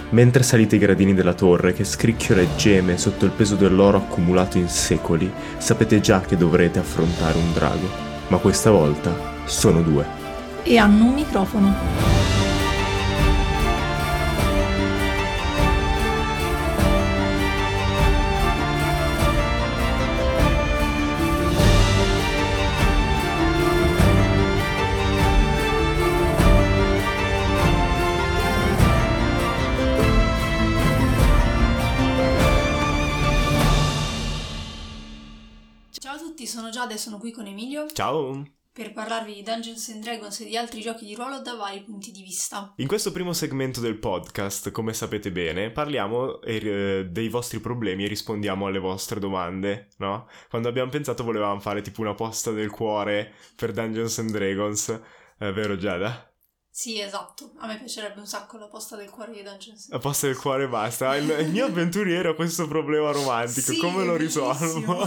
Mentre salite i gradini della torre che scricchiola e geme sotto il peso dell'oro accumulato in secoli, sapete già che dovrete affrontare un drago, ma questa volta sono 2. E hanno un microfono. Ciao a tutti, sono Giada e sono qui con Emilio Ciao! per parlarvi di Dungeons and Dragons e di altri giochi di ruolo da vari punti di vista. In questo primo segmento del podcast, come sapete bene, parliamo dei vostri problemi e rispondiamo alle vostre domande, no? Quando abbiamo pensato volevamo fare tipo una posta del cuore per Dungeons and Dragons, vero Giada? Sì, esatto, a me piacerebbe un sacco la posta del cuore di Dungeons and La posta del cuore basta. Il mio avventuriero ha questo problema romantico, Sì, come lo è risolvo?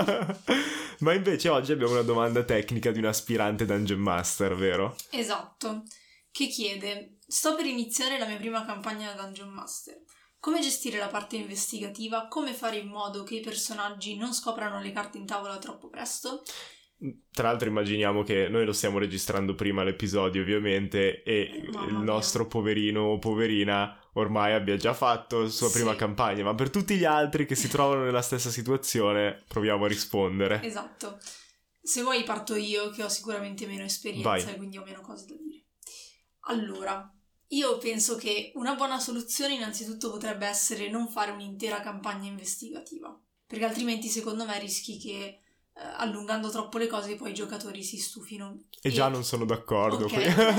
Ma invece oggi abbiamo una domanda tecnica di un aspirante Dungeon Master, vero? Esatto, che chiede: sto per iniziare la mia prima campagna da Dungeon Master. Come gestire la parte investigativa? Come fare in modo che i personaggi non scoprano le carte in tavola troppo presto? Tra l'altro immaginiamo che noi lo stiamo registrando prima l'episodio ovviamente e il nostro poverino o poverina ormai abbia già fatto la sua prima campagna, ma per tutti gli altri che si trovano nella stessa situazione proviamo a rispondere. Esatto. Se vuoi parto io, che ho sicuramente meno esperienza. Vai. E quindi ho meno cose da dire. Allora, io penso che una buona soluzione innanzitutto potrebbe essere non fare un'intera campagna investigativa, perché altrimenti secondo me rischi che allungando troppo le cose poi i giocatori si stufino. E già non sono d'accordo. Ok,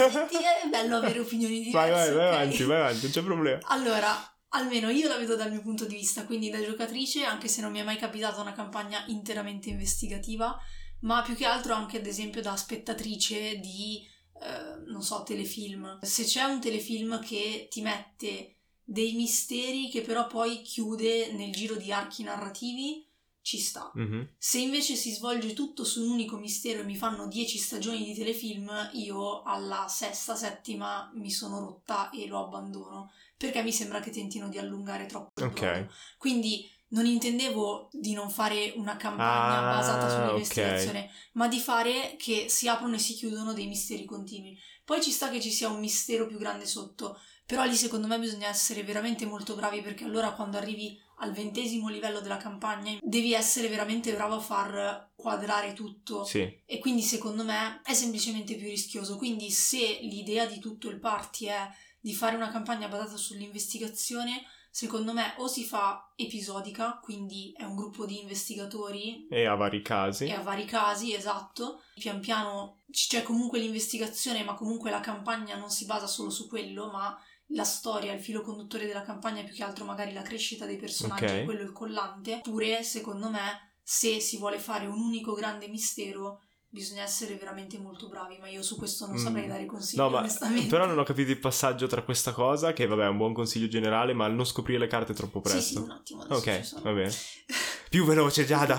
è bello avere opinioni diverse. Vai avanti, non c'è problema. Allora, almeno io la vedo dal mio punto di vista, quindi da giocatrice, anche se non mi è mai capitata una campagna interamente investigativa, ma più che altro anche ad esempio da spettatrice di, non so, telefilm. Se c'è un telefilm che ti mette dei misteri che però poi chiude nel giro di archi narrativi, ci sta. Mm-hmm. Se invece si svolge tutto su un unico mistero e mi fanno 10 stagioni di telefilm, io alla 6ª, 7ª mi sono rotta e lo abbandono, perché mi sembra che tentino di allungare troppo il brodo. Quindi non intendevo di non fare una campagna basata sull'investigazione, ma di fare che si aprono e si chiudono dei misteri continui. Poi ci sta che ci sia un mistero più grande sotto, però lì secondo me bisogna essere veramente molto bravi, perché allora quando arrivi al 20° livello della campagna devi essere veramente bravo a far quadrare tutto. Sì. E quindi secondo me è semplicemente più rischioso. Quindi se l'idea di tutto il party è di fare una campagna basata sull'investigazione, secondo me o si fa episodica, quindi è un gruppo di investigatori e a vari casi, esatto, pian piano c'è comunque l'investigazione, ma comunque la campagna non si basa solo su quello, ma la storia, il filo conduttore della campagna, più che altro magari la crescita dei personaggi, quello è il collante. Oppure, secondo me, se si vuole fare un unico grande mistero, bisogna essere veramente molto bravi, ma io su questo non saprei dare consigli, onestamente. Però non ho capito il passaggio tra questa cosa, che vabbè è un buon consiglio generale, ma non scoprire le carte troppo presto. Sì, un attimo, adesso va bene. Più veloce, Giada.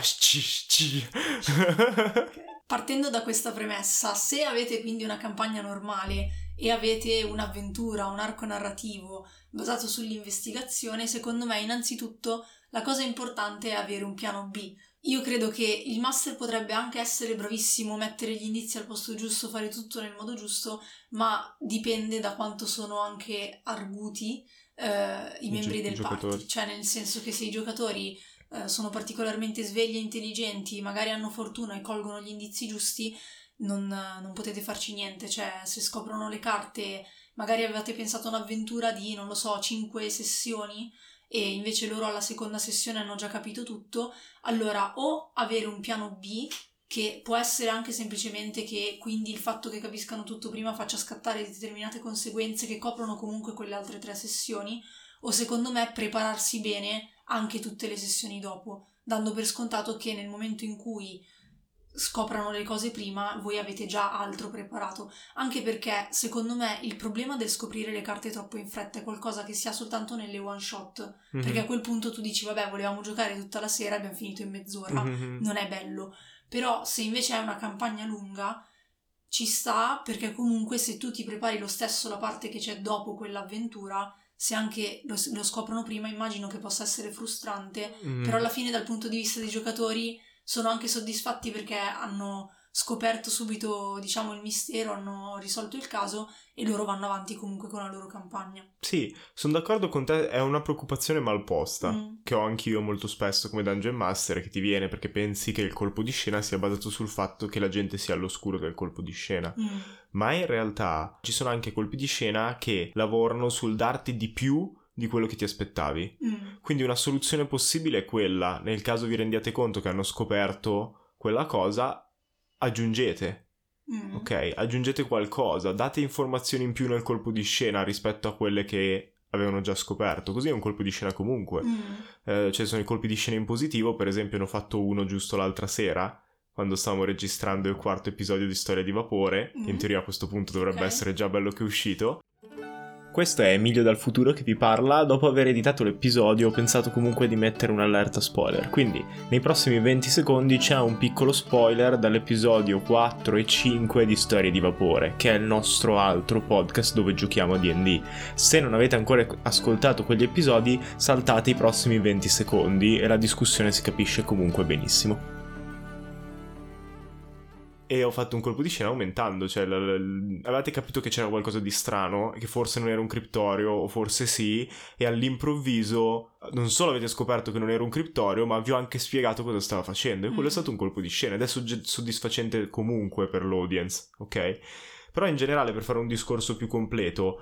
Okay. Partendo da questa premessa, se avete quindi una campagna normale e avete un'avventura, un arco narrativo basato sull'investigazione, secondo me innanzitutto la cosa importante è avere un piano B. Io credo che il master potrebbe anche essere bravissimo, mettere gli indizi al posto giusto, fare tutto nel modo giusto, ma dipende da quanto sono anche arguti i membri del party. Cioè, nel senso che se i giocatori sono particolarmente svegli e intelligenti, magari hanno fortuna e colgono gli indizi giusti, non potete farci niente. Cioè, se scoprono le carte, magari avevate pensato un'avventura di, non lo so, 5 sessioni e invece loro alla seconda sessione hanno già capito tutto, allora o avere un piano B, che può essere anche semplicemente che quindi il fatto che capiscano tutto prima faccia scattare determinate conseguenze che coprono comunque quelle altre 3 sessioni, o secondo me prepararsi bene anche tutte le sessioni dopo, dando per scontato che nel momento in cui scoprano le cose prima voi avete già altro preparato, anche perché secondo me il problema del scoprire le carte troppo in fretta è qualcosa che si ha soltanto nelle one shot, perché a quel punto tu dici vabbè, volevamo giocare tutta la sera e abbiamo finito in mezz'ora, non è bello. Però se invece è una campagna lunga ci sta, perché comunque se tu ti prepari lo stesso la parte che c'è dopo quell'avventura, se anche lo scoprono prima, immagino che possa essere frustrante, però alla fine dal punto di vista dei giocatori sono anche soddisfatti perché hanno scoperto subito, diciamo, il mistero, hanno risolto il caso e loro vanno avanti comunque con la loro campagna. Sì, sono d'accordo con te, è una preoccupazione malposta che ho anch'io molto spesso come Dungeon Master, che ti viene perché pensi che il colpo di scena sia basato sul fatto che la gente sia all'oscuro del colpo di scena, ma in realtà ci sono anche colpi di scena che lavorano sul darti di più di quello che ti aspettavi. Quindi una soluzione possibile è quella, nel caso vi rendiate conto che hanno scoperto quella cosa, aggiungete, ok? Aggiungete qualcosa, date informazioni in più nel colpo di scena rispetto a quelle che avevano già scoperto, così è un colpo di scena comunque. Ci sono i colpi di scena in positivo, per esempio ne ho fatto uno giusto l'altra sera, quando stavamo registrando il 4º episodio di Storia di Vapore, che in teoria a questo punto dovrebbe essere già bello che è uscito. Questo è Emilio dal futuro che vi parla. Dopo aver editato l'episodio ho pensato comunque di mettere un'allerta spoiler, quindi nei prossimi 20 secondi c'è un piccolo spoiler dall'episodio 4 e 5 di Storie di Vapore, che è il nostro altro podcast dove giochiamo a D&D. Se non avete ancora ascoltato quegli episodi, saltate i prossimi 20 secondi e la discussione si capisce comunque benissimo. E ho fatto un colpo di scena aumentando, cioè avevate capito che c'era qualcosa di strano, che forse non era un criptorio, o forse sì, e all'improvviso non solo avete scoperto che non era un criptorio, ma vi ho anche spiegato cosa stava facendo, e quello è stato un colpo di scena, ed è soddisfacente comunque per l'audience, ok? Però in generale, per fare un discorso più completo,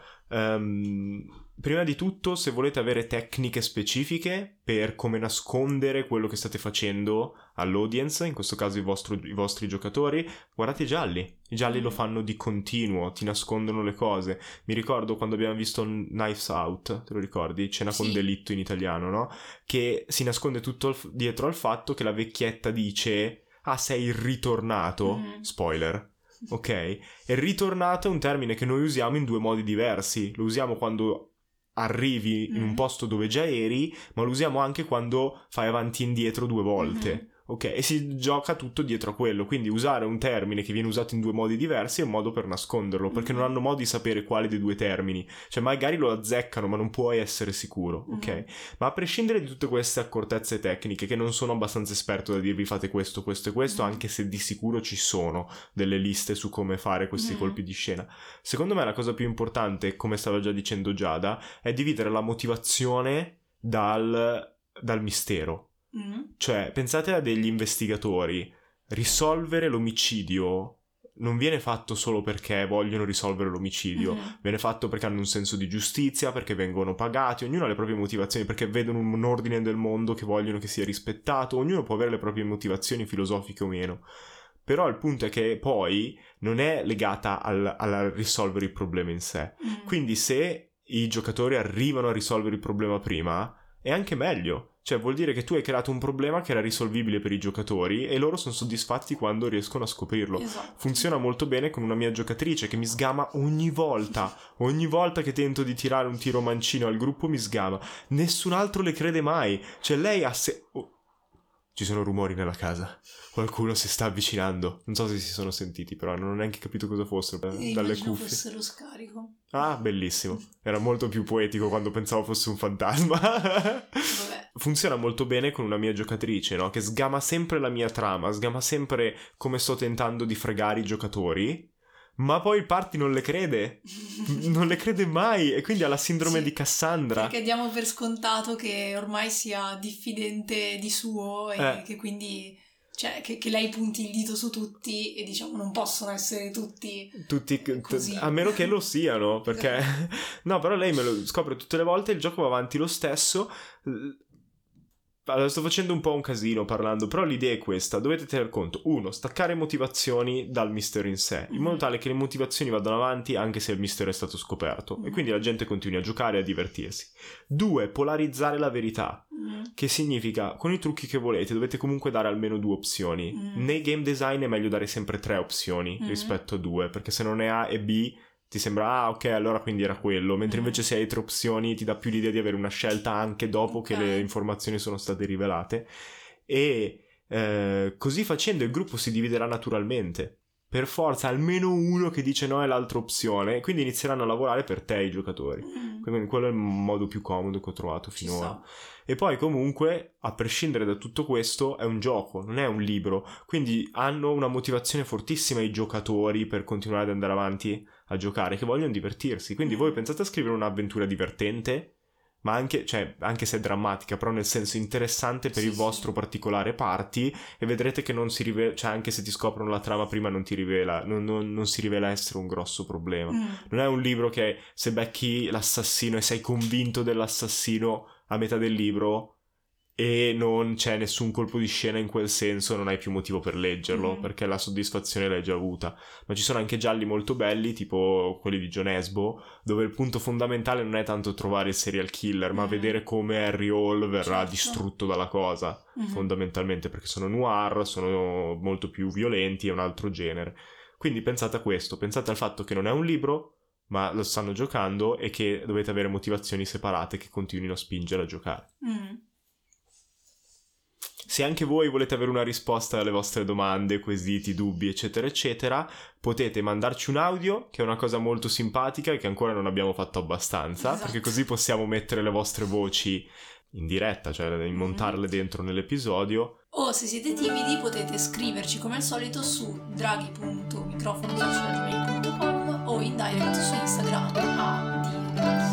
prima di tutto, se volete avere tecniche specifiche per come nascondere quello che state facendo all'audience, in questo caso i vostri giocatori, guardate i gialli. I gialli lo fanno di continuo, ti nascondono le cose. Mi ricordo quando abbiamo visto Knives Out, te lo ricordi? Cena con delitto in italiano, no? Che si nasconde tutto dietro al fatto che la vecchietta dice «Ah, sei il ritornato?» Spoiler. Ok? E ritornato è un termine che noi usiamo in 2 modi diversi. Lo usiamo quando arrivi in un posto dove già eri, ma lo usiamo anche quando fai avanti e indietro 2 volte. Ok? E si gioca tutto dietro a quello. Quindi usare un termine che viene usato in 2 modi diversi è un modo per nasconderlo, perché non hanno modo di sapere quale dei 2 termini. Cioè magari lo azzeccano, ma non puoi essere sicuro. Ok? Ma a prescindere di tutte queste accortezze tecniche, che non sono abbastanza esperto da dirvi fate questo, questo e questo, anche se di sicuro ci sono delle liste su come fare questi colpi di scena, secondo me la cosa più importante, come stava già dicendo Giada, è dividere la motivazione dal mistero. Cioè, pensate a degli investigatori. Risolvere l'omicidio non viene fatto solo perché vogliono risolvere l'omicidio, viene fatto perché hanno un senso di giustizia, perché vengono pagati, ognuno ha le proprie motivazioni, perché vedono un ordine del mondo che vogliono che sia rispettato, ognuno può avere le proprie motivazioni filosofiche o meno. Però il punto è che poi non è legata al risolvere il problema in sé. Quindi se i giocatori arrivano a risolvere il problema prima, è anche meglio. Cioè vuol dire che tu hai creato un problema che era risolvibile per i giocatori e loro sono soddisfatti quando riescono a scoprirlo. Esatto. Funziona molto bene con una mia giocatrice che mi sgama ogni volta che tento di tirare un tiro mancino al gruppo mi sgama. Nessun altro le crede mai. Cioè lei ha Ci sono rumori nella casa. Qualcuno si sta avvicinando. Non so se si sono sentiti, però non ho neanche capito cosa fossero dalle cuffie. Fosse lo scarico. Ah, bellissimo. Era molto più poetico quando pensavo fosse un fantasma. Vabbè. Funziona molto bene con una mia giocatrice, no? Che sgama sempre la mia trama, sgama sempre come sto tentando di fregare i giocatori, ma poi il party non le crede. Non le crede mai e quindi ha la sindrome di Cassandra. Perché diamo per scontato che ormai sia diffidente di suo e che quindi... Cioè, che lei punti il dito su tutti e diciamo non possono essere tutti così. A meno che lo siano, perché... No, però lei me lo scopre tutte le volte, il gioco va avanti lo stesso. Allora, sto facendo un po' un casino parlando, però l'idea è questa. Dovete tener conto, 1, staccare motivazioni dal mistero in sé, in modo tale che le motivazioni vadano avanti anche se il mistero è stato scoperto, e quindi la gente continui a giocare e a divertirsi. 2, polarizzare la verità, che significa, con i trucchi che volete, dovete comunque dare almeno 2 opzioni. Nei game design è meglio dare sempre 3 opzioni rispetto a 2, perché se non è A e B... ti sembra, ok, allora quindi era quello, mentre invece se hai 3 opzioni ti dà più l'idea di avere una scelta anche dopo che le informazioni sono state rivelate, e così facendo il gruppo si dividerà naturalmente, per forza almeno uno che dice no è l'altra opzione, quindi inizieranno a lavorare per te i giocatori. Quindi quello è il modo più comodo che ho trovato finora. E poi comunque, a prescindere da tutto questo, è un gioco, non è un libro. Quindi hanno una motivazione fortissima i giocatori per continuare ad andare avanti a giocare, che vogliono divertirsi. Quindi voi pensate a scrivere un'avventura divertente, ma anche se è drammatica, però nel senso interessante per il vostro particolare party, e vedrete che non si rivela, cioè anche se ti scoprono la trama prima non si rivela essere un grosso problema. Non è un libro che se becchi l'assassino e sei convinto dell'assassino a metà del libro e non c'è nessun colpo di scena in quel senso, non hai più motivo per leggerlo, perché la soddisfazione l'hai già avuta. Ma ci sono anche gialli molto belli, tipo quelli di Jon Esbo, dove il punto fondamentale non è tanto trovare il serial killer, ma vedere come Harry Hole verrà distrutto dalla cosa, fondamentalmente, perché sono noir, sono molto più violenti, è un altro genere. Quindi pensate a questo, pensate al fatto che non è un libro, ma lo stanno giocando, e che dovete avere motivazioni separate che continuino a spingere a giocare. Se anche voi volete avere una risposta alle vostre domande, quesiti, dubbi, eccetera, eccetera, potete mandarci un audio, che è una cosa molto simpatica e che ancora non abbiamo fatto abbastanza, perché così possiamo mettere le vostre voci in diretta, cioè montarle dentro nell'episodio. O se siete timidi potete scriverci come al solito su draghi.microfono@gmail.com o in direct su Instagram a DMS.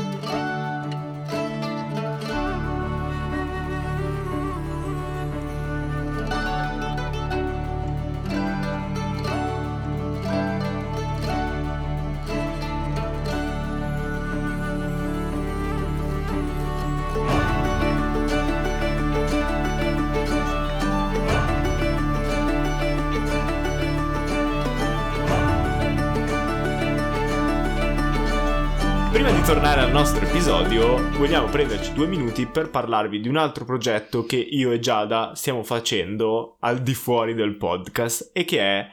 Prima di tornare al nostro episodio, vogliamo prenderci 2 minuti per parlarvi di un altro progetto che io e Giada stiamo facendo al di fuori del podcast, e che è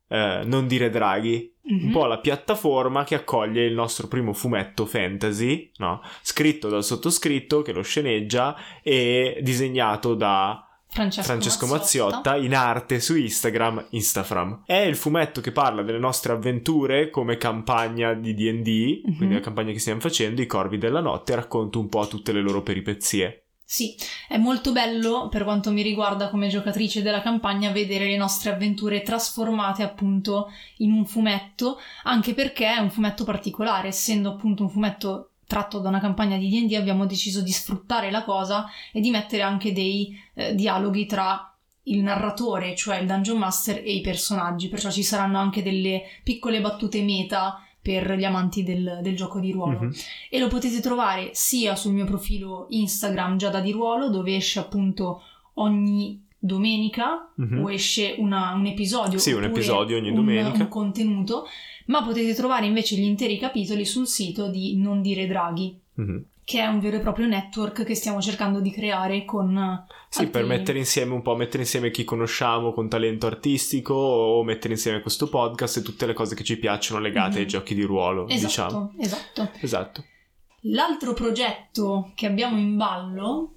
Non dire draghi, un po' la piattaforma che accoglie il nostro primo fumetto fantasy, no? Scritto dal sottoscritto, che lo sceneggia, e disegnato da Francesco Mazziotta, in arte su Instagram. È il fumetto che parla delle nostre avventure come campagna di D&D, quindi la campagna che stiamo facendo, I Corvi della Notte, e racconta un po' tutte le loro peripezie. Sì, è molto bello, per quanto mi riguarda come giocatrice della campagna, vedere le nostre avventure trasformate appunto in un fumetto, anche perché è un fumetto particolare, essendo appunto un fumetto tratto da una campagna di D&D, abbiamo deciso di sfruttare la cosa e di mettere anche dei dialoghi tra il narratore, cioè il Dungeon Master, e i personaggi, perciò ci saranno anche delle piccole battute meta per gli amanti del gioco di ruolo. E lo potete trovare sia sul mio profilo Instagram Giada di Ruolo, dove esce appunto ogni domenica, o esce un episodio, un episodio ogni domenica, un contenuto, ma potete trovare invece gli interi capitoli sul sito di Non dire Draghi, che è un vero e proprio network che stiamo cercando di creare con per mettere insieme chi conosciamo con talento artistico, o mettere insieme questo podcast e tutte le cose che ci piacciono legate ai giochi di ruolo, diciamo. Esatto. L'altro progetto che abbiamo in ballo,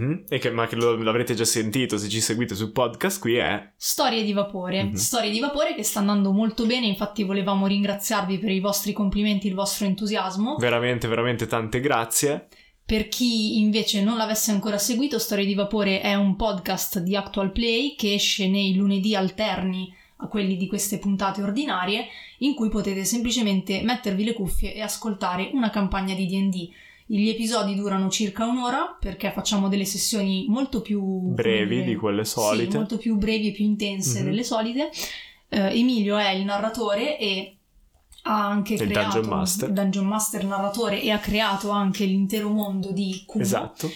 ma che l'avrete già sentito se ci seguite sul podcast qui, è Storie di Vapore. Storie di Vapore che sta andando molto bene, infatti volevamo ringraziarvi per i vostri complimenti, il vostro entusiasmo. Veramente, veramente tante grazie. Per chi invece non l'avesse ancora seguito, Storie di Vapore è un podcast di Actual Play che esce nei lunedì alterni a quelli di queste puntate ordinarie, in cui potete semplicemente mettervi le cuffie e ascoltare una campagna di D&D. Gli episodi durano circa un'ora, perché facciamo delle sessioni molto più brevi di quelle solite. Sì, molto più brevi e più intense delle solite. Emilio è il narratore e ha anche creato il Dungeon Master narratore, e ha creato anche l'intero mondo di Kumo. Esatto.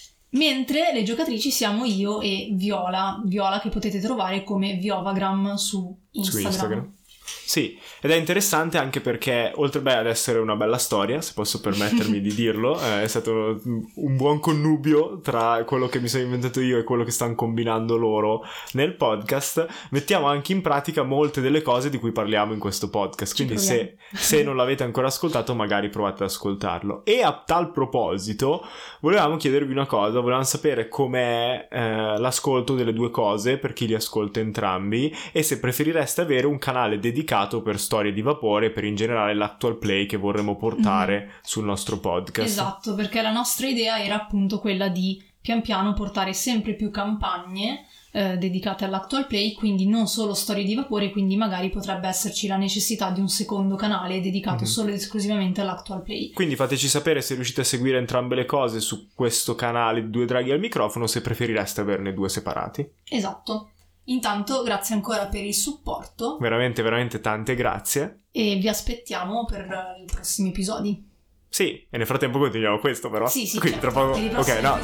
Mentre le giocatrici siamo io e Viola, che potete trovare come Viovagram su Instagram. Sì, ed è interessante anche perché, oltre ad essere una bella storia, se posso permettermi di dirlo, è stato un buon connubio tra quello che mi sono inventato io e quello che stanno combinando loro nel podcast. Mettiamo anche in pratica molte delle cose di cui parliamo in questo podcast, quindi se non l'avete ancora ascoltato, magari provate ad ascoltarlo. E a tal proposito volevamo chiedervi una cosa, volevamo sapere com'è l'ascolto delle due cose per chi li ascolta entrambi, e se preferireste avere un canale dedicato dedicato per storie di vapore, per in generale l'actual play che vorremmo portare sul nostro podcast. Esatto, perché la nostra idea era appunto quella di pian piano portare sempre più campagne dedicate all'actual play, quindi non solo storie di vapore, quindi magari potrebbe esserci la necessità di un secondo canale dedicato solo ed esclusivamente all'actual play. Quindi fateci sapere se riuscite a seguire entrambe le cose su questo canale di Due Draghi al microfono, se preferireste averne due separati. Esatto. Intanto grazie ancora per il supporto. Veramente, veramente tante grazie. E vi aspettiamo per i prossimi episodi. Sì, e nel frattempo continuiamo questo però. Sì, quindi certo, tra poco. Ok, no,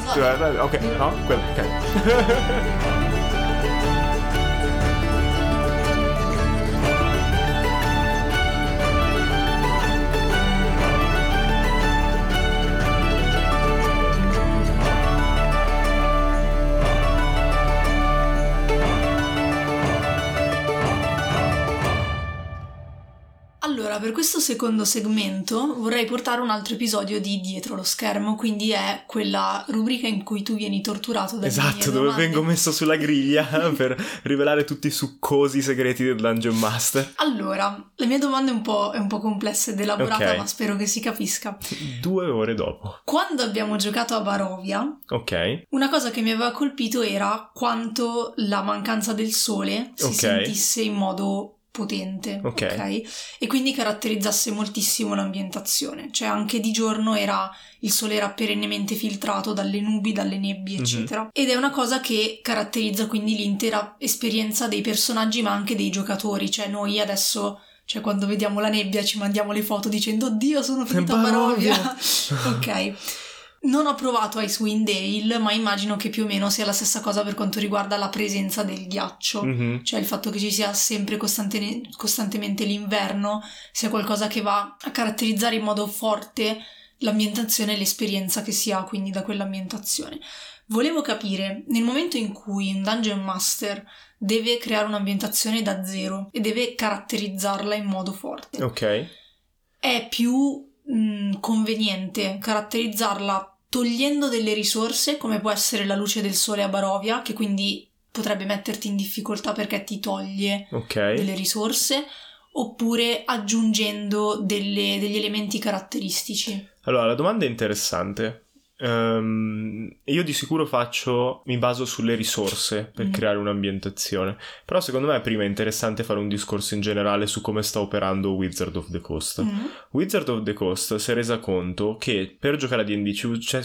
ok. Allora, per questo secondo segmento vorrei portare un altro episodio di Dietro lo schermo, quindi è quella rubrica in cui tu vieni torturato dalle mie Esatto, dove domande. vengo messo sulla griglia per rivelare tutti i succosi segreti del Dungeon Master. Allora, la mia domanda è un po' complessa ed elaborata, Ok. ma spero che si capisca. 2 ore dopo. Quando abbiamo giocato a Barovia, Ok. una cosa che mi aveva colpito era quanto la mancanza del sole si Ok. sentisse in modo potente, Ok. E quindi caratterizzasse moltissimo l'ambientazione. Cioè anche di giorno il sole era perennemente filtrato dalle nubi, dalle nebbie, eccetera. Ed è una cosa che caratterizza quindi l'intera esperienza dei personaggi, ma anche dei giocatori. Cioè noi adesso, cioè quando vediamo la nebbia ci mandiamo le foto dicendo oddio sono finita a Barovia. Ok. Non ho provato Icewind Dale, ma immagino che più o meno sia la stessa cosa per quanto riguarda la presenza del ghiaccio. Cioè il fatto che ci sia sempre costantemente l'inverno sia qualcosa che va a caratterizzare in modo forte l'ambientazione e l'esperienza che si ha quindi da quell'ambientazione. Volevo capire, nel momento in cui un Dungeon Master deve creare un'ambientazione da zero e deve caratterizzarla in modo forte, Ok. è più conveniente caratterizzarla togliendo delle risorse, come può essere la luce del sole a Barovia, che quindi potrebbe metterti in difficoltà perché ti toglie Ok. delle risorse, oppure aggiungendo degli elementi caratteristici. Allora, la domanda è interessante. Io di sicuro mi baso sulle risorse per creare un'ambientazione, però secondo me prima è interessante fare un discorso in generale su come sta operando Wizard of the Coast. Wizard of the Coast si è resa conto che per giocare a D&D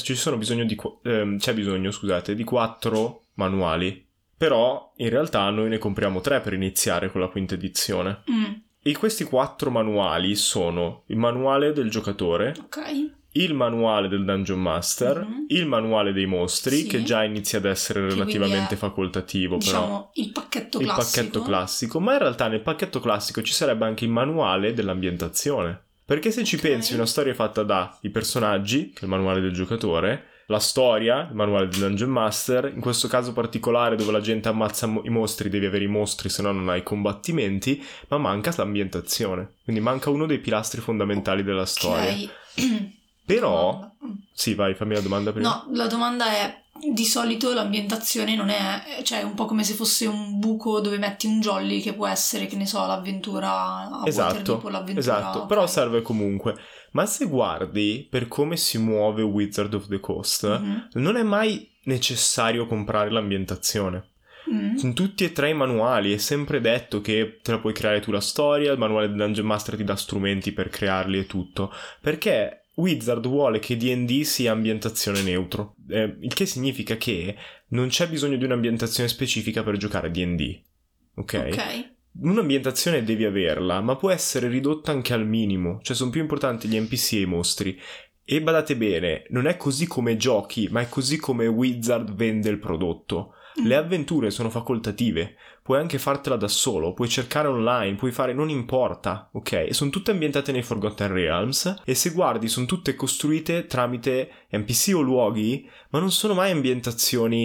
c'è bisogno, scusate, di 4 manuali, però in realtà noi ne compriamo 3 per iniziare con la quinta edizione. E questi 4 manuali sono il manuale del giocatore, Ok. il manuale del Dungeon Master, il manuale dei mostri, Sì. che già inizia ad essere Che relativamente quindi è, facoltativo, diciamo, però il pacchetto il classico. pacchetto classico, ma in realtà nel pacchetto classico ci sarebbe anche il manuale dell'ambientazione. Perché se ci pensi, una storia è fatta da i personaggi, che è il manuale del giocatore, la storia, il manuale del Dungeon Master, in questo caso particolare dove la gente ammazza i mostri, devi avere i mostri, se no non hai combattimenti, ma manca l'ambientazione. Quindi manca uno dei pilastri fondamentali della storia. Ok. Però... Sì, vai, fammi la domanda prima. No, la domanda è, di solito l'ambientazione non è, cioè è un po' come se fosse un buco dove metti un jolly che può essere, che ne so, l'avventura a Waterdeep o l'avventura... Esatto, però serve comunque. Ma se guardi per come si muove Wizard of the Coast, non è mai necessario comprare l'ambientazione. In tutti e 3 i manuali è sempre detto che te la puoi creare tu la storia, il manuale del Dungeon Master ti dà strumenti per crearli e tutto, perché Wizard vuole che D&D sia ambientazione neutro, il che significa che non c'è bisogno di un'ambientazione specifica per giocare a D&D, ok? Un'ambientazione devi averla, ma può essere ridotta anche al minimo, cioè sono più importanti gli NPC e i mostri. E badate bene, non è così come giochi, ma è così come Wizard vende il prodotto. Le avventure sono facoltative, puoi anche fartela da solo, puoi cercare online, puoi fare, non importa, ok? E sono tutte ambientate nei Forgotten Realms e se guardi sono tutte costruite tramite NPC o luoghi, ma non sono mai ambientazioni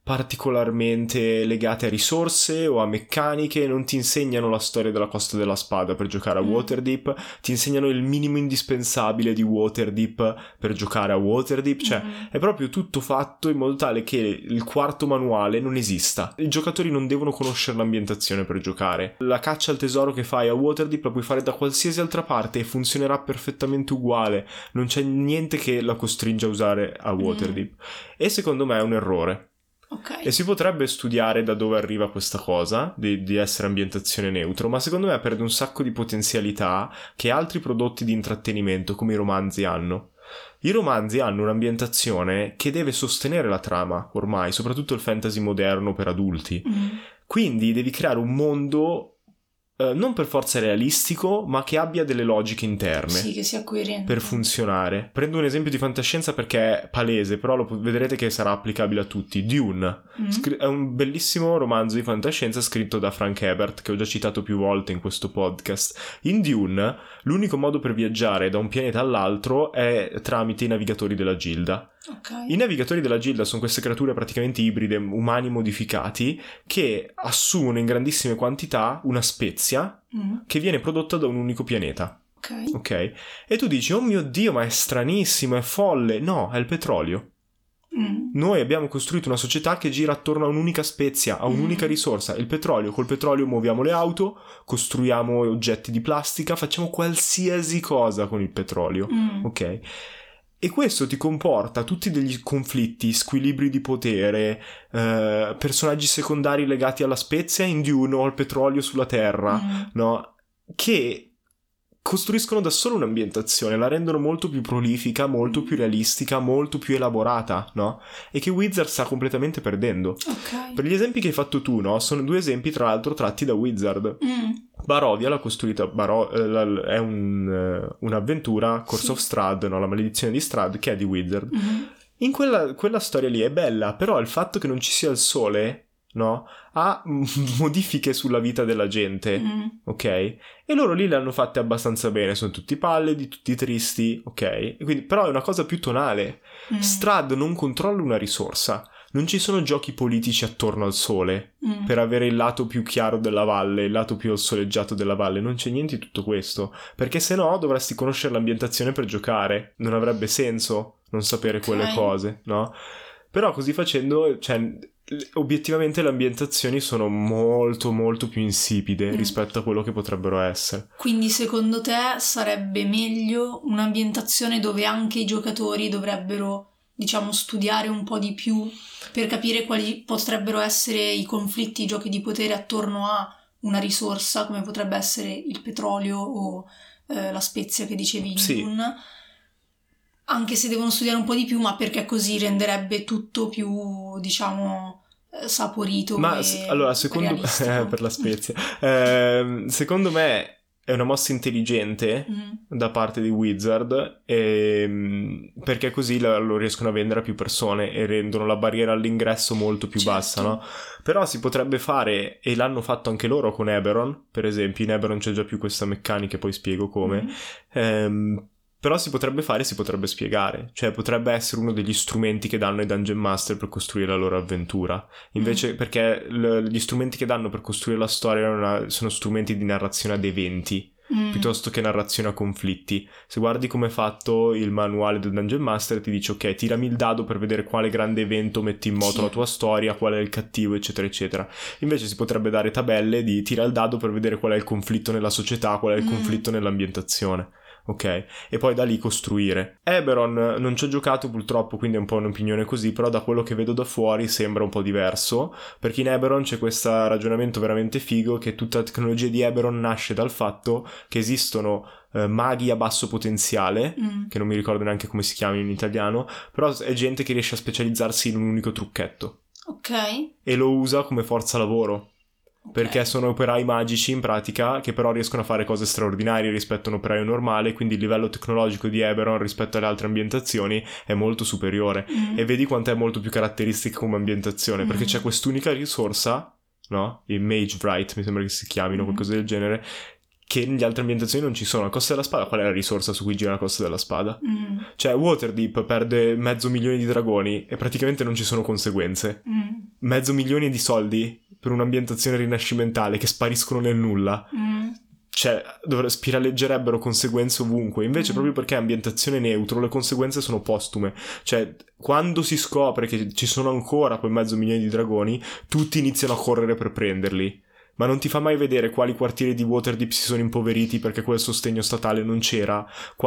particolarmente legate a risorse o a meccaniche, non ti insegnano la storia della Costa della Spada per giocare a Waterdeep, ti insegnano il minimo indispensabile di Waterdeep per giocare a Waterdeep, cioè è proprio tutto fatto in modo tale che il quarto manuale non esista. I giocatori non devono conoscere l'ambientazione per giocare. La caccia al tesoro che fai a Waterdeep la puoi fare da qualsiasi altra parte e funzionerà perfettamente uguale, non c'è niente che la costringe a usare a Waterdeep. E secondo me è un errore. Okay. E si potrebbe studiare da dove arriva questa cosa di essere ambientazione neutro, ma secondo me perde un sacco di potenzialità che altri prodotti di intrattenimento come i romanzi hanno. I romanzi hanno un'ambientazione che deve sostenere la trama ormai, soprattutto il fantasy moderno per adulti. Quindi devi creare un mondo non per forza realistico, ma che abbia delle logiche interne. Sì, che sia coerente. Per funzionare. Prendo un esempio di fantascienza perché è palese, però vedrete che sarà applicabile a tutti. Dune. È un bellissimo romanzo di fantascienza scritto da Frank Herbert, che ho già citato più volte in questo podcast. In Dune, l'unico modo per viaggiare da un pianeta all'altro è tramite i navigatori della Gilda. Okay. I navigatori della Gilda sono queste creature praticamente ibride, umani modificati, che assumono in grandissime quantità una spezia che viene prodotta da un unico pianeta. Ok? E tu dici, oh mio Dio, ma è stranissimo, è folle. No, è il petrolio. Noi abbiamo costruito una società che gira attorno a un'unica spezia, a un'unica risorsa, il petrolio. Col petrolio muoviamo le auto, costruiamo oggetti di plastica, facciamo qualsiasi cosa con il petrolio. Ok? E questo ti comporta tutti degli conflitti, squilibri di potere, personaggi secondari legati alla spezia in Dune o al petrolio sulla Terra, no? Che costruiscono da solo un'ambientazione, la rendono molto più prolifica, molto più realistica, molto più elaborata, no? E che Wizard sta completamente perdendo. Okay. Per gli esempi che hai fatto tu, no? Sono due esempi tra l'altro tratti da Wizard. Barovia l'ha costruita, è un'avventura, Curse of Strahd, no? La maledizione di Strahd, che è di Wizard. In quella storia lì è bella, però il fatto che non ci sia il sole, no? Ha modifiche sulla vita della gente, ok? E loro lì le hanno fatte abbastanza bene, sono tutti pallidi, tutti tristi, ok? E quindi, però è una cosa più tonale. Strahd non controlla una risorsa. Non ci sono giochi politici attorno al sole per avere il lato più chiaro della valle, il lato più soleggiato della valle. Non c'è niente di tutto questo, perché se no dovresti conoscere l'ambientazione per giocare. Non avrebbe senso non sapere quelle cose, no? Però così facendo, cioè, obiettivamente le ambientazioni sono molto molto più insipide rispetto a quello che potrebbero essere. Quindi secondo te sarebbe meglio un'ambientazione dove anche i giocatori dovrebbero, diciamo, studiare un po' di più per capire quali potrebbero essere i conflitti, i giochi di potere attorno a una risorsa come potrebbe essere il petrolio o la spezia che dicevi in Dune, anche se devono studiare un po' di più, ma perché così renderebbe tutto più, diciamo, saporito. Ma allora, secondo per la spezia, secondo me è una mossa intelligente da parte di Wizard, perché così lo riescono a vendere a più persone e rendono la barriera all'ingresso molto più bassa, no? Però si potrebbe fare, e l'hanno fatto anche loro con Eberron, per esempio. In Eberron c'è già più questa meccanica, poi spiego come. Però si potrebbe fare, si potrebbe spiegare, cioè potrebbe essere uno degli strumenti che danno ai Dungeon Master per costruire la loro avventura, invece perché gli strumenti che danno per costruire la storia sono strumenti di narrazione ad eventi piuttosto che narrazione a conflitti. Se guardi come è fatto il manuale del Dungeon Master, ti dice ok, tirami il dado per vedere quale grande evento metti in moto la tua storia, qual è il cattivo, eccetera eccetera. Invece si potrebbe dare tabelle di tira il dado per vedere qual è il conflitto nella società, qual è il conflitto nell'ambientazione. Ok, e poi da lì costruire. Eberron non ci ho giocato purtroppo, quindi è un po' un'opinione così, però da quello che vedo da fuori sembra un po' diverso, perché in Eberron c'è questo ragionamento veramente figo che tutta la tecnologia di Eberron nasce dal fatto che esistono maghi a basso potenziale, che non mi ricordo neanche come si chiamano in italiano, però è gente che riesce a specializzarsi in un unico trucchetto. Ok. E lo usa come forza lavoro. Perché sono operai magici in pratica che però riescono a fare cose straordinarie rispetto a un operaio normale, quindi il livello tecnologico di Eberron rispetto alle altre ambientazioni è molto superiore e vedi quanto è molto più caratteristica come ambientazione, perché c'è quest'unica risorsa, no? I Mage Wright mi sembra che si chiamino, qualcosa del genere, che negli altre ambientazioni non ci sono. La Costa della Spada, qual è la risorsa su cui gira la Costa della Spada? Cioè Waterdeep perde 500.000 di dragoni e praticamente non ci sono conseguenze. 500.000 di soldi per un'ambientazione rinascimentale che spariscono nel nulla. Cioè, spiraleggerebbero conseguenze ovunque. Invece, proprio perché è ambientazione neutro, le conseguenze sono postume. Cioè, quando si scopre che ci sono ancora quei 500.000 di dragoni, tutti iniziano a correre per prenderli. Ma non ti fa mai vedere quali quartieri di Waterdeep si sono impoveriti perché quel sostegno statale non c'era,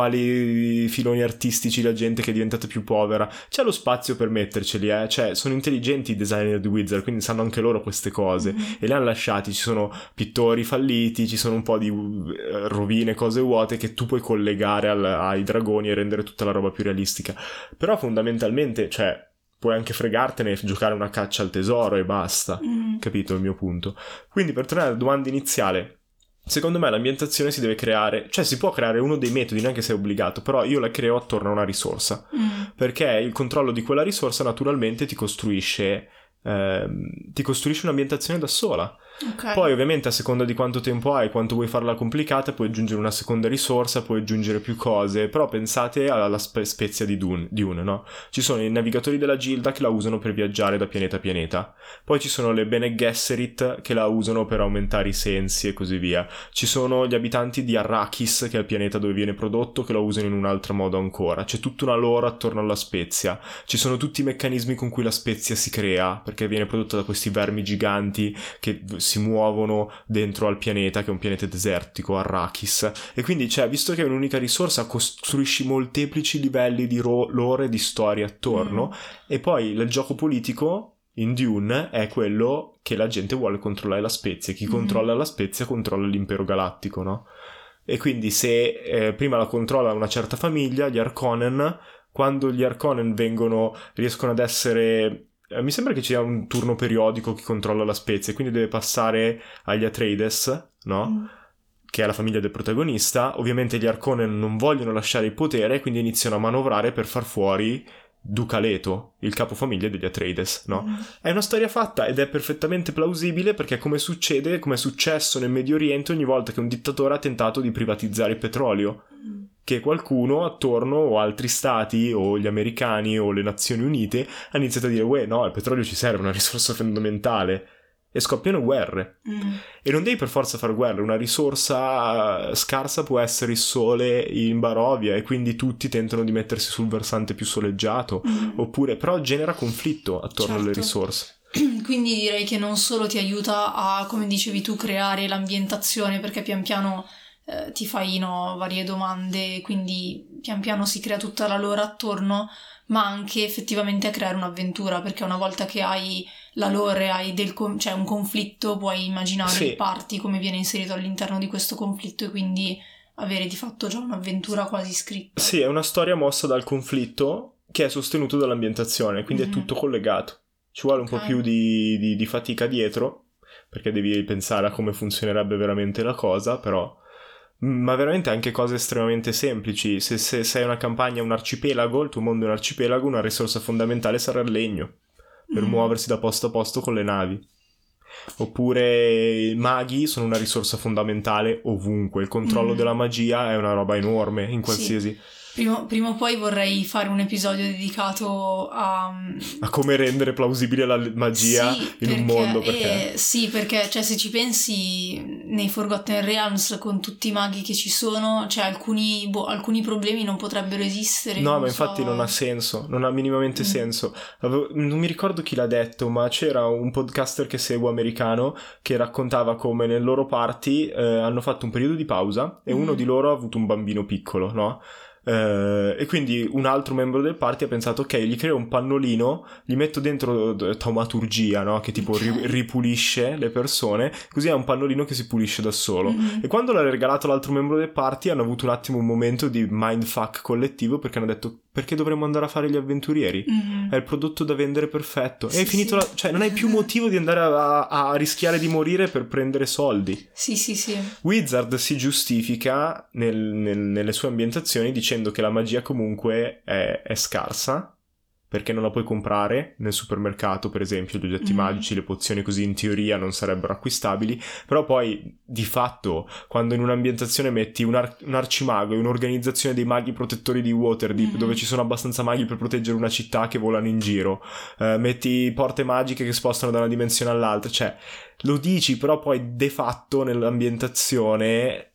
quali filoni artistici la gente che è diventata più povera. C'è lo spazio per metterceli, cioè sono intelligenti i designer di Wizard, quindi sanno anche loro queste cose e li hanno lasciati. Ci sono pittori falliti, ci sono un po' di rovine, cose vuote che tu puoi collegare ai dragoni e rendere tutta la roba più realistica. Però fondamentalmente, cioè, puoi anche fregartene e giocare una caccia al tesoro e basta. Capito il mio punto? Quindi, per tornare alla domanda iniziale, secondo me l'ambientazione si deve creare, cioè si può creare uno dei metodi, neanche se è obbligato, però io la creo attorno a una risorsa, perché il controllo di quella risorsa naturalmente ti costruisce un'ambientazione da sola. Okay. Poi ovviamente a seconda di quanto tempo hai, quanto vuoi farla complicata, puoi aggiungere una seconda risorsa, puoi aggiungere più cose, però pensate alla spezia di Dune, no? Ci sono i navigatori della Gilda che la usano per viaggiare da pianeta a pianeta, poi ci sono le Bene Gesserit che la usano per aumentare i sensi e così via, ci sono gli abitanti di Arrakis, che è il pianeta dove viene prodotto, che la usano in un altro modo ancora. C'è tutta una lore attorno alla spezia, ci sono tutti i meccanismi con cui la spezia si crea, perché viene prodotta da questi vermi giganti che si muovono dentro al pianeta, che è un pianeta desertico, Arrakis, e quindi, cioè, visto che è un'unica risorsa, costruisci molteplici livelli di lore e di storia attorno. E poi il gioco politico in Dune è quello che la gente vuole controllare la spezia, chi controlla la spezia controlla l'impero galattico, no? E quindi se prima la controlla una certa famiglia, gli Harkonnen, quando gli Harkonnen riescono ad essere... mi sembra che ci sia un turno periodico che controlla la spezia, quindi deve passare agli Atreides, no? Che è la famiglia del protagonista. Ovviamente gli Harkonnen non vogliono lasciare il potere, quindi iniziano a manovrare per far fuori Duca Leto, il capofamiglia degli Atreides, no? È una storia fatta ed è perfettamente plausibile, perché come è successo nel Medio Oriente ogni volta che un dittatore ha tentato di privatizzare il petrolio, che qualcuno attorno, o altri stati, o gli americani, o le Nazioni Unite, hanno iniziato a dire uè, no, il petrolio ci serve, è una risorsa fondamentale, e scoppiano guerre. E non devi per forza fare guerre, una risorsa scarsa può essere il sole in Barovia, e quindi tutti tentano di mettersi sul versante più soleggiato, oppure, però genera conflitto attorno alle risorse. Quindi direi che non solo ti aiuta a, come dicevi tu, creare l'ambientazione, perché pian piano ti fai varie domande, quindi pian piano si crea tutta la lore attorno, ma anche effettivamente a creare un'avventura, perché una volta che hai la lore, hai c'è un conflitto, puoi immaginare il party, come viene inserito all'interno di questo conflitto, e quindi avere di fatto già un'avventura quasi scritta. Sì, è una storia mossa dal conflitto che è sostenuto dall'ambientazione, quindi è tutto collegato. Ci vuole un po' più di fatica dietro, perché devi pensare a come funzionerebbe veramente la cosa, però... Ma veramente anche cose estremamente semplici. Se sei una campagna, un arcipelago, il tuo mondo è un arcipelago, una risorsa fondamentale sarà il legno per muoversi da posto a posto con le navi. Oppure i maghi sono una risorsa fondamentale ovunque. Il controllo della magia è una roba enorme in qualsiasi... Prima o poi vorrei fare un episodio dedicato a come rendere plausibile la magia un mondo, perché... perché cioè, se ci pensi, nei Forgotten Realms, con tutti i maghi che ci sono, cioè alcuni problemi non potrebbero esistere. No, ma infatti non ha senso, non ha minimamente senso. Non mi ricordo chi l'ha detto, ma c'era un podcaster che seguo americano che raccontava come nel loro party hanno fatto un periodo di pausa e uno di loro ha avuto un bambino piccolo, no? E quindi un altro membro del party ha pensato ok, gli creo un pannolino, gli metto dentro taumaturgia, no? Che tipo ripulisce le persone, così è un pannolino che si pulisce da solo. E quando l'ha regalato l'altro membro del party hanno avuto un attimo un momento di mindfuck collettivo, perché hanno detto perché dovremmo andare a fare gli avventurieri? È il prodotto da vendere perfetto. E hai finito cioè non hai più motivo di andare a rischiare di morire per prendere soldi. Sì. Wizard si giustifica nelle sue ambientazioni dicendo che la magia comunque è scarsa perché non la puoi comprare nel supermercato, per esempio, gli oggetti magici, le pozioni così in teoria non sarebbero acquistabili, però poi di fatto quando in un'ambientazione metti un arcimago e un'organizzazione dei maghi protettori di Waterdeep, dove ci sono abbastanza maghi per proteggere una città che volano in giro, metti porte magiche che spostano da una dimensione all'altra, cioè lo dici, però poi de fatto nell'ambientazione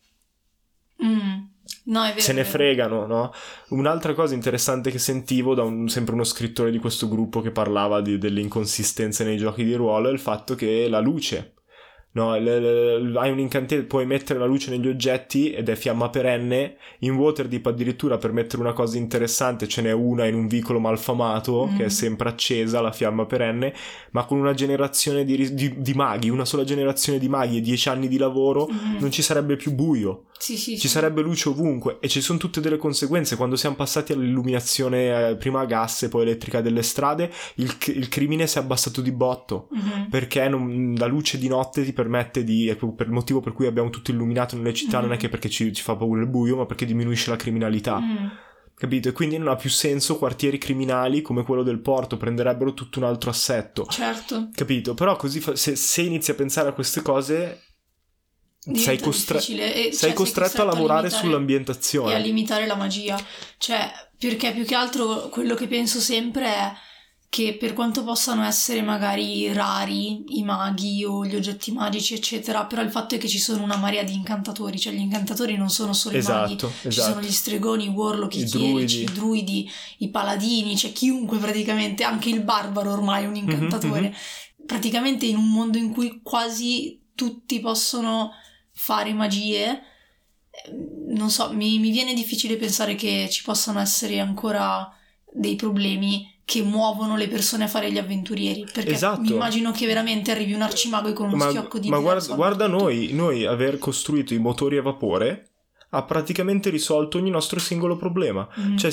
No, è vero, se ne fregano, no? Un'altra cosa interessante che sentivo da sempre uno scrittore di questo gruppo che parlava delle inconsistenze nei giochi di ruolo è il fatto che la luce, no? Hai un incantesimo, puoi mettere la luce negli oggetti ed è fiamma perenne. In Waterdeep addirittura, per mettere una cosa interessante, ce n'è una in un vicolo malfamato che è sempre accesa, la fiamma perenne, ma con una generazione di maghi, una sola generazione di maghi e 10 anni di lavoro non ci sarebbe più buio. Ci sarebbe luce ovunque, e ci sono tutte delle conseguenze. Quando siamo passati all'illuminazione prima a gas e poi elettrica delle strade, il crimine si è abbassato di botto, perché la luce di notte ti permette per il motivo per cui abbiamo tutto illuminato nelle città, non è che perché ci fa paura il buio, ma perché diminuisce la criminalità. Capito? E quindi non ha più senso quartieri criminali come quello del porto, prenderebbero tutto un altro assetto. Certo. Capito? Però così se inizi a pensare a queste cose sei costretto a lavorare sull'ambientazione e a limitare la magia. Cioè, perché più che altro quello che penso sempre è che per quanto possano essere magari rari i maghi o gli oggetti magici eccetera, però il fatto è che ci sono una marea di incantatori, cioè gli incantatori non sono solo i maghi, ci sono gli stregoni, i warlock, i chierici, i druidi, i paladini, cioè chiunque praticamente, anche il barbaro ormai è un incantatore. Praticamente in un mondo in cui quasi tutti possono fare magie, non so, mi viene difficile pensare che ci possano essere ancora dei problemi che muovono le persone a fare gli avventurieri, perché mi immagino che veramente arrivi un arcimago con uno schiocco di dita. Ma guarda noi aver costruito i motori a vapore ha praticamente risolto ogni nostro singolo problema. Cioè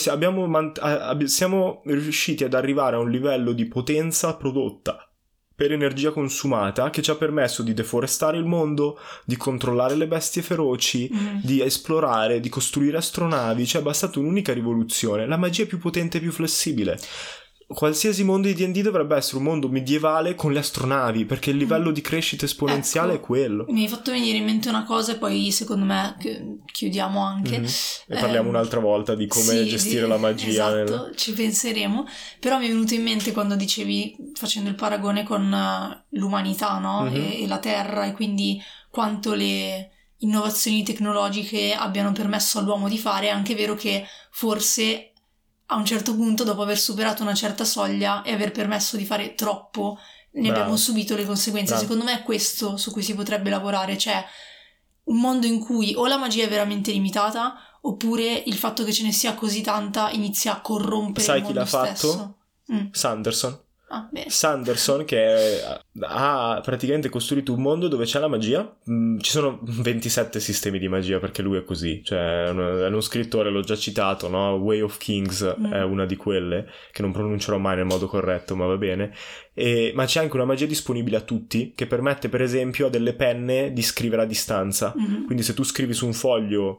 siamo riusciti ad arrivare a un livello di potenza prodotta per energia consumata che ci ha permesso di deforestare il mondo, di controllare le bestie feroci, di esplorare, di costruire astronavi. Cioè è bastata un'unica rivoluzione. La magia è più potente e più flessibile. Qualsiasi mondo di D&D dovrebbe essere un mondo medievale con le astronavi, perché il livello di crescita esponenziale è quello. Mi hai fatto venire in mente una cosa e poi secondo me chiudiamo anche e parliamo un'altra volta di come gestire la magia. Esatto, ci penseremo. Però mi è venuto in mente quando dicevi, facendo il paragone con l'umanità, no? E la Terra, e quindi quanto le innovazioni tecnologiche abbiano permesso all'uomo di fare. È anche vero che forse a un certo punto, dopo aver superato una certa soglia e aver permesso di fare troppo, ne abbiamo subito le conseguenze. Secondo me è questo su cui si potrebbe lavorare, cioè un mondo in cui o la magia è veramente limitata, oppure il fatto che ce ne sia così tanta inizia a corrompere il mondo stesso. Sai chi l'ha fatto? Sanderson. Bene. Sanderson, che ha praticamente costruito un mondo dove c'è la magia. Ci sono 27 sistemi di magia, perché lui è così, cioè è uno scrittore, l'ho già citato, no? Way of Kings è una di quelle che non pronuncerò mai nel modo corretto, ma va bene. Ma c'è anche una magia disponibile a tutti, che permette per esempio a delle penne di scrivere a distanza. Quindi se tu scrivi su un foglio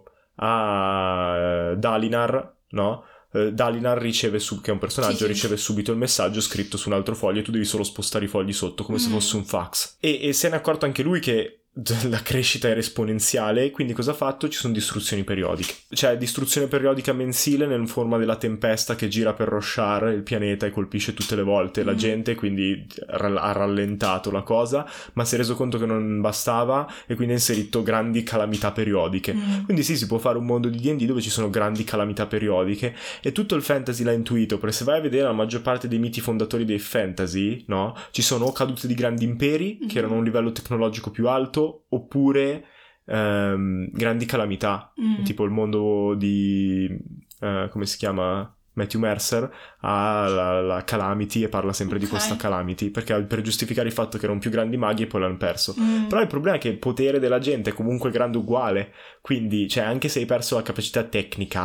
a Dalinar, no? Dalinar riceve che è un personaggio, riceve subito il messaggio scritto su un altro foglio e tu devi solo spostare i fogli sotto come se fosse un fax. E se ne è accorto anche lui che la crescita era esponenziale, quindi cosa ha fatto? Ci sono distruzioni periodiche, cioè distruzione periodica mensile nella forma della tempesta che gira per Roshar, il pianeta, e colpisce tutte le volte la gente, quindi ha rallentato la cosa, ma si è reso conto che non bastava e quindi ha inserito grandi calamità periodiche. Quindi sì, si può fare un mondo di D&D dove ci sono grandi calamità periodiche, e tutto il fantasy l'ha intuito, perché se vai a vedere la maggior parte dei miti fondatori dei fantasy, no? Ci sono o cadute di grandi imperi che erano a un livello tecnologico più alto, oppure grandi calamità, tipo il mondo di come si chiama? Matthew Mercer ha la Calamity e parla sempre di questa Calamity, perché per giustificare il fatto che erano più grandi maghi e poi l'hanno perso. Però il problema è che il potere della gente è comunque grande uguale, quindi cioè anche se hai perso la capacità tecnica,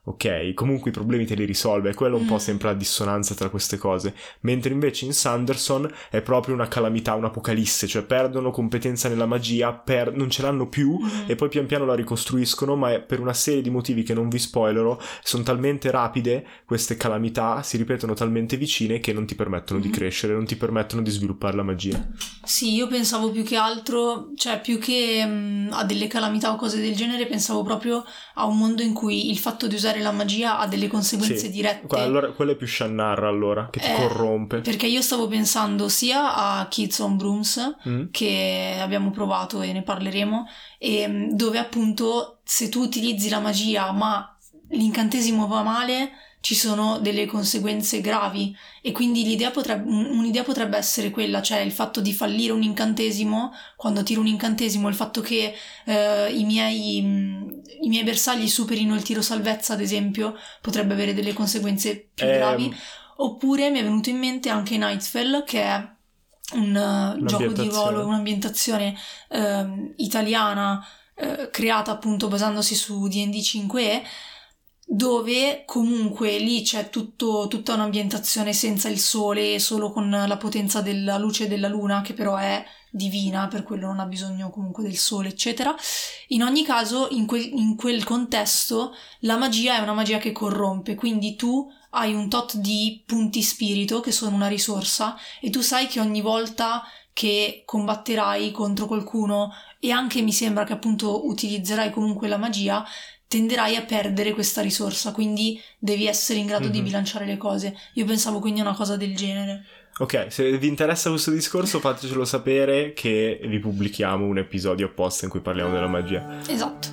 ok, comunque i problemi te li risolve, è quella un po' sempre la dissonanza tra queste cose, mentre invece in Sanderson è proprio una calamità, un'apocalisse, cioè perdono competenza nella magia, non ce l'hanno più e poi pian piano la ricostruiscono, ma è per una serie di motivi che non vi spoilerò, sono talmente rapide queste calamità, si ripetono talmente vicine che non ti permettono di crescere, non ti permettono di sviluppare la magia. Sì, io pensavo più che altro, cioè più che a delle calamità o cose del genere, pensavo proprio a un mondo in cui il fatto di usare la magia ha delle conseguenze dirette. Allora, quello è più Shannara, allora, che ti corrompe. Perché io stavo pensando sia a Kids on Brooms, che abbiamo provato e ne parleremo, e dove appunto se tu utilizzi la magia ma l'incantesimo va male, ci sono delle conseguenze gravi, e quindi un'idea potrebbe essere quella, cioè il fatto di fallire un incantesimo, quando tiro un incantesimo, il fatto che i miei bersagli superino il tiro salvezza, ad esempio, potrebbe avere delle conseguenze più gravi. Oppure mi è venuto in mente anche Nightfall, che è un gioco di ruolo, un'ambientazione italiana creata appunto basandosi su D&D 5e, dove comunque lì c'è tutta un'ambientazione senza il sole, solo con la potenza della luce della luna, che però è divina, per quello non ha bisogno comunque del sole, eccetera. In ogni caso, in quel contesto, la magia è una magia che corrompe, quindi tu hai un tot di punti spirito, che sono una risorsa, e tu sai che ogni volta che combatterai contro qualcuno, e anche mi sembra che appunto utilizzerai comunque la magia, tenderai a perdere questa risorsa, quindi devi essere in grado di bilanciare le cose. Io pensavo quindi a una cosa del genere. Ok, se vi interessa questo discorso fatecelo sapere, che vi pubblichiamo un episodio apposta in cui parliamo della magia. Esatto.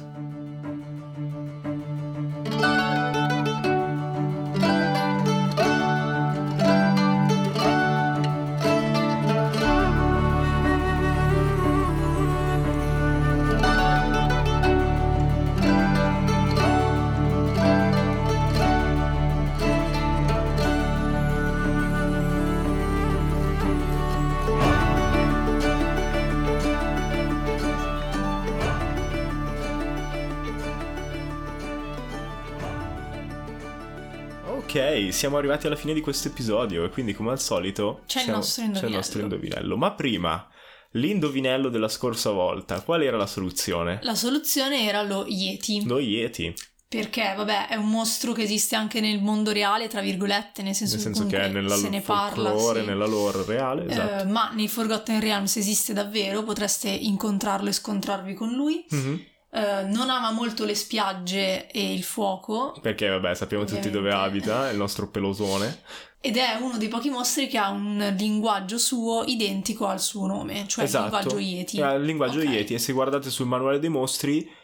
Ok, siamo arrivati alla fine di questo episodio e quindi come al solito c'è il nostro indovinello. Ma prima, l'indovinello della scorsa volta, qual era la soluzione? La soluzione era lo Yeti. Lo Yeti. Perché, vabbè, è un mostro che esiste anche nel mondo reale, tra virgolette, nel senso che è nella se ne parla, sì. Nella lore reale, esatto. Ma nei Forgotten Realms esiste davvero, potreste incontrarlo e scontrarvi con lui. Non ama molto le spiagge e il fuoco. Perché, vabbè, sappiamo ovviamente tutti dove abita, è il nostro pelosone. Ed è uno dei pochi mostri che ha un linguaggio suo identico al suo nome, cioè esatto. Il linguaggio Yeti. Il linguaggio Yeti, e se guardate sul manuale dei mostri,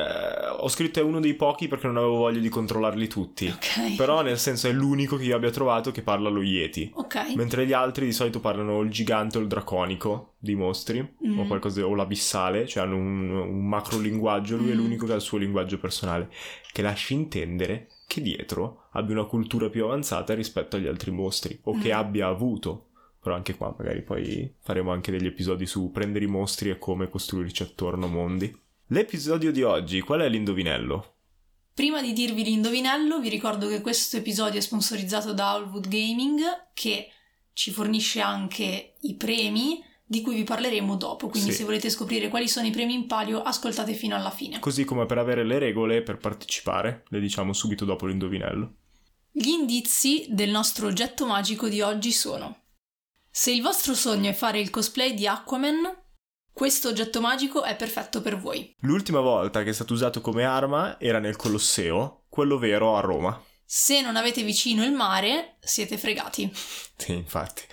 ho scritto è uno dei pochi perché non avevo voglia di controllarli tutti. Okay. Però nel senso è l'unico che io abbia trovato che parla lo Yeti. Ok. Mentre gli altri di solito parlano il gigante o il draconico di mostri, o qualcosa, o l'abissale, cioè hanno un macro linguaggio. Lui è l'unico che ha il suo linguaggio personale, che lascia intendere che dietro abbia una cultura più avanzata rispetto agli altri mostri, o che abbia avuto. Però anche qua magari poi faremo anche degli episodi su prendere i mostri e come costruirci attorno mondi. L'episodio di oggi, qual è l'indovinello? Prima di dirvi l'indovinello, vi ricordo che questo episodio è sponsorizzato da Owlwood Gaming, che ci fornisce anche i premi, di cui vi parleremo dopo. Quindi se volete scoprire quali sono i premi in palio, ascoltate fino alla fine. Così come per avere le regole per partecipare, le diciamo subito dopo l'indovinello. Gli indizi del nostro oggetto magico di oggi sono: se il vostro sogno è fare il cosplay di Aquaman, questo oggetto magico è perfetto per voi. L'ultima volta che è stato usato come arma era nel Colosseo, quello vero a Roma. Se non avete vicino il mare, siete fregati. Sì, infatti.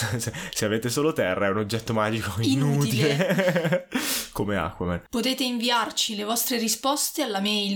Se avete solo terra è un oggetto magico inutile. Come Aquaman. Potete inviarci le vostre risposte alla mail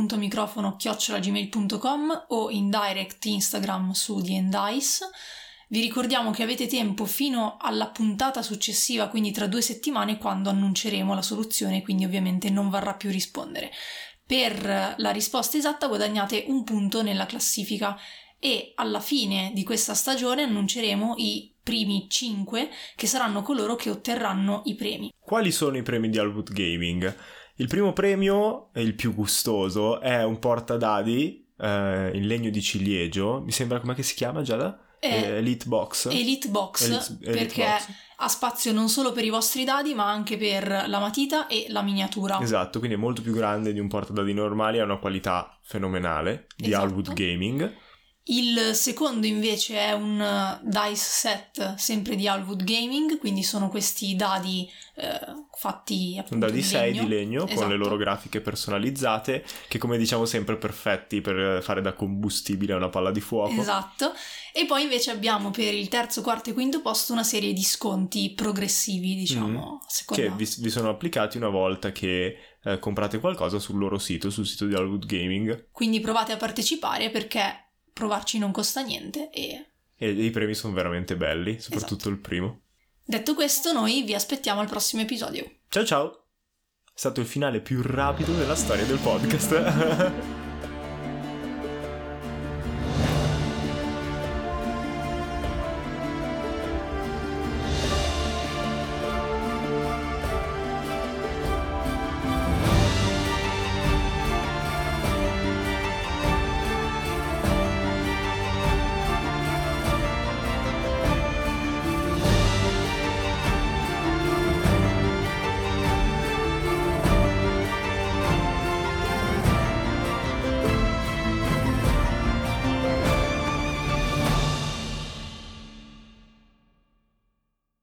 draghi.microfono@gmail.com o in direct Instagram su D&Dice. Vi ricordiamo che avete tempo fino alla puntata successiva, quindi tra 2 settimane, quando annunceremo la soluzione, quindi ovviamente non varrà più rispondere. Per la risposta esatta guadagnate un punto nella classifica e alla fine di questa stagione annunceremo i primi 5 che saranno coloro che otterranno i premi. Quali sono i premi di Owlwood Gaming? Il primo premio, e il più gustoso, è un portadadi in legno di ciliegio, mi sembra, com'è che si chiama, Giada? Elite Box. Elite Box, perché ha spazio non solo per i vostri dadi ma anche per la matita e la miniatura. Esatto, quindi è molto più grande di un portadadi normali, ha una qualità fenomenale di Alwood Gaming. Il secondo invece è un dice set sempre di Alwood Gaming, quindi sono questi dadi fatti appunto dadi 6 di legno esatto. Con le loro grafiche personalizzate, che come diciamo sempre perfetti per fare da combustibile a una palla di fuoco. Esatto. E poi invece abbiamo per il terzo, quarto e quinto posto una serie di sconti progressivi, diciamo, che vi sono applicati una volta che comprate qualcosa sul loro sito, sul sito di Alwood Gaming. Quindi provate a partecipare, perché provarci non costa niente e i premi sono veramente belli, soprattutto il primo. Detto questo, noi vi aspettiamo al prossimo episodio. Ciao ciao! È stato il finale più rapido della storia del podcast.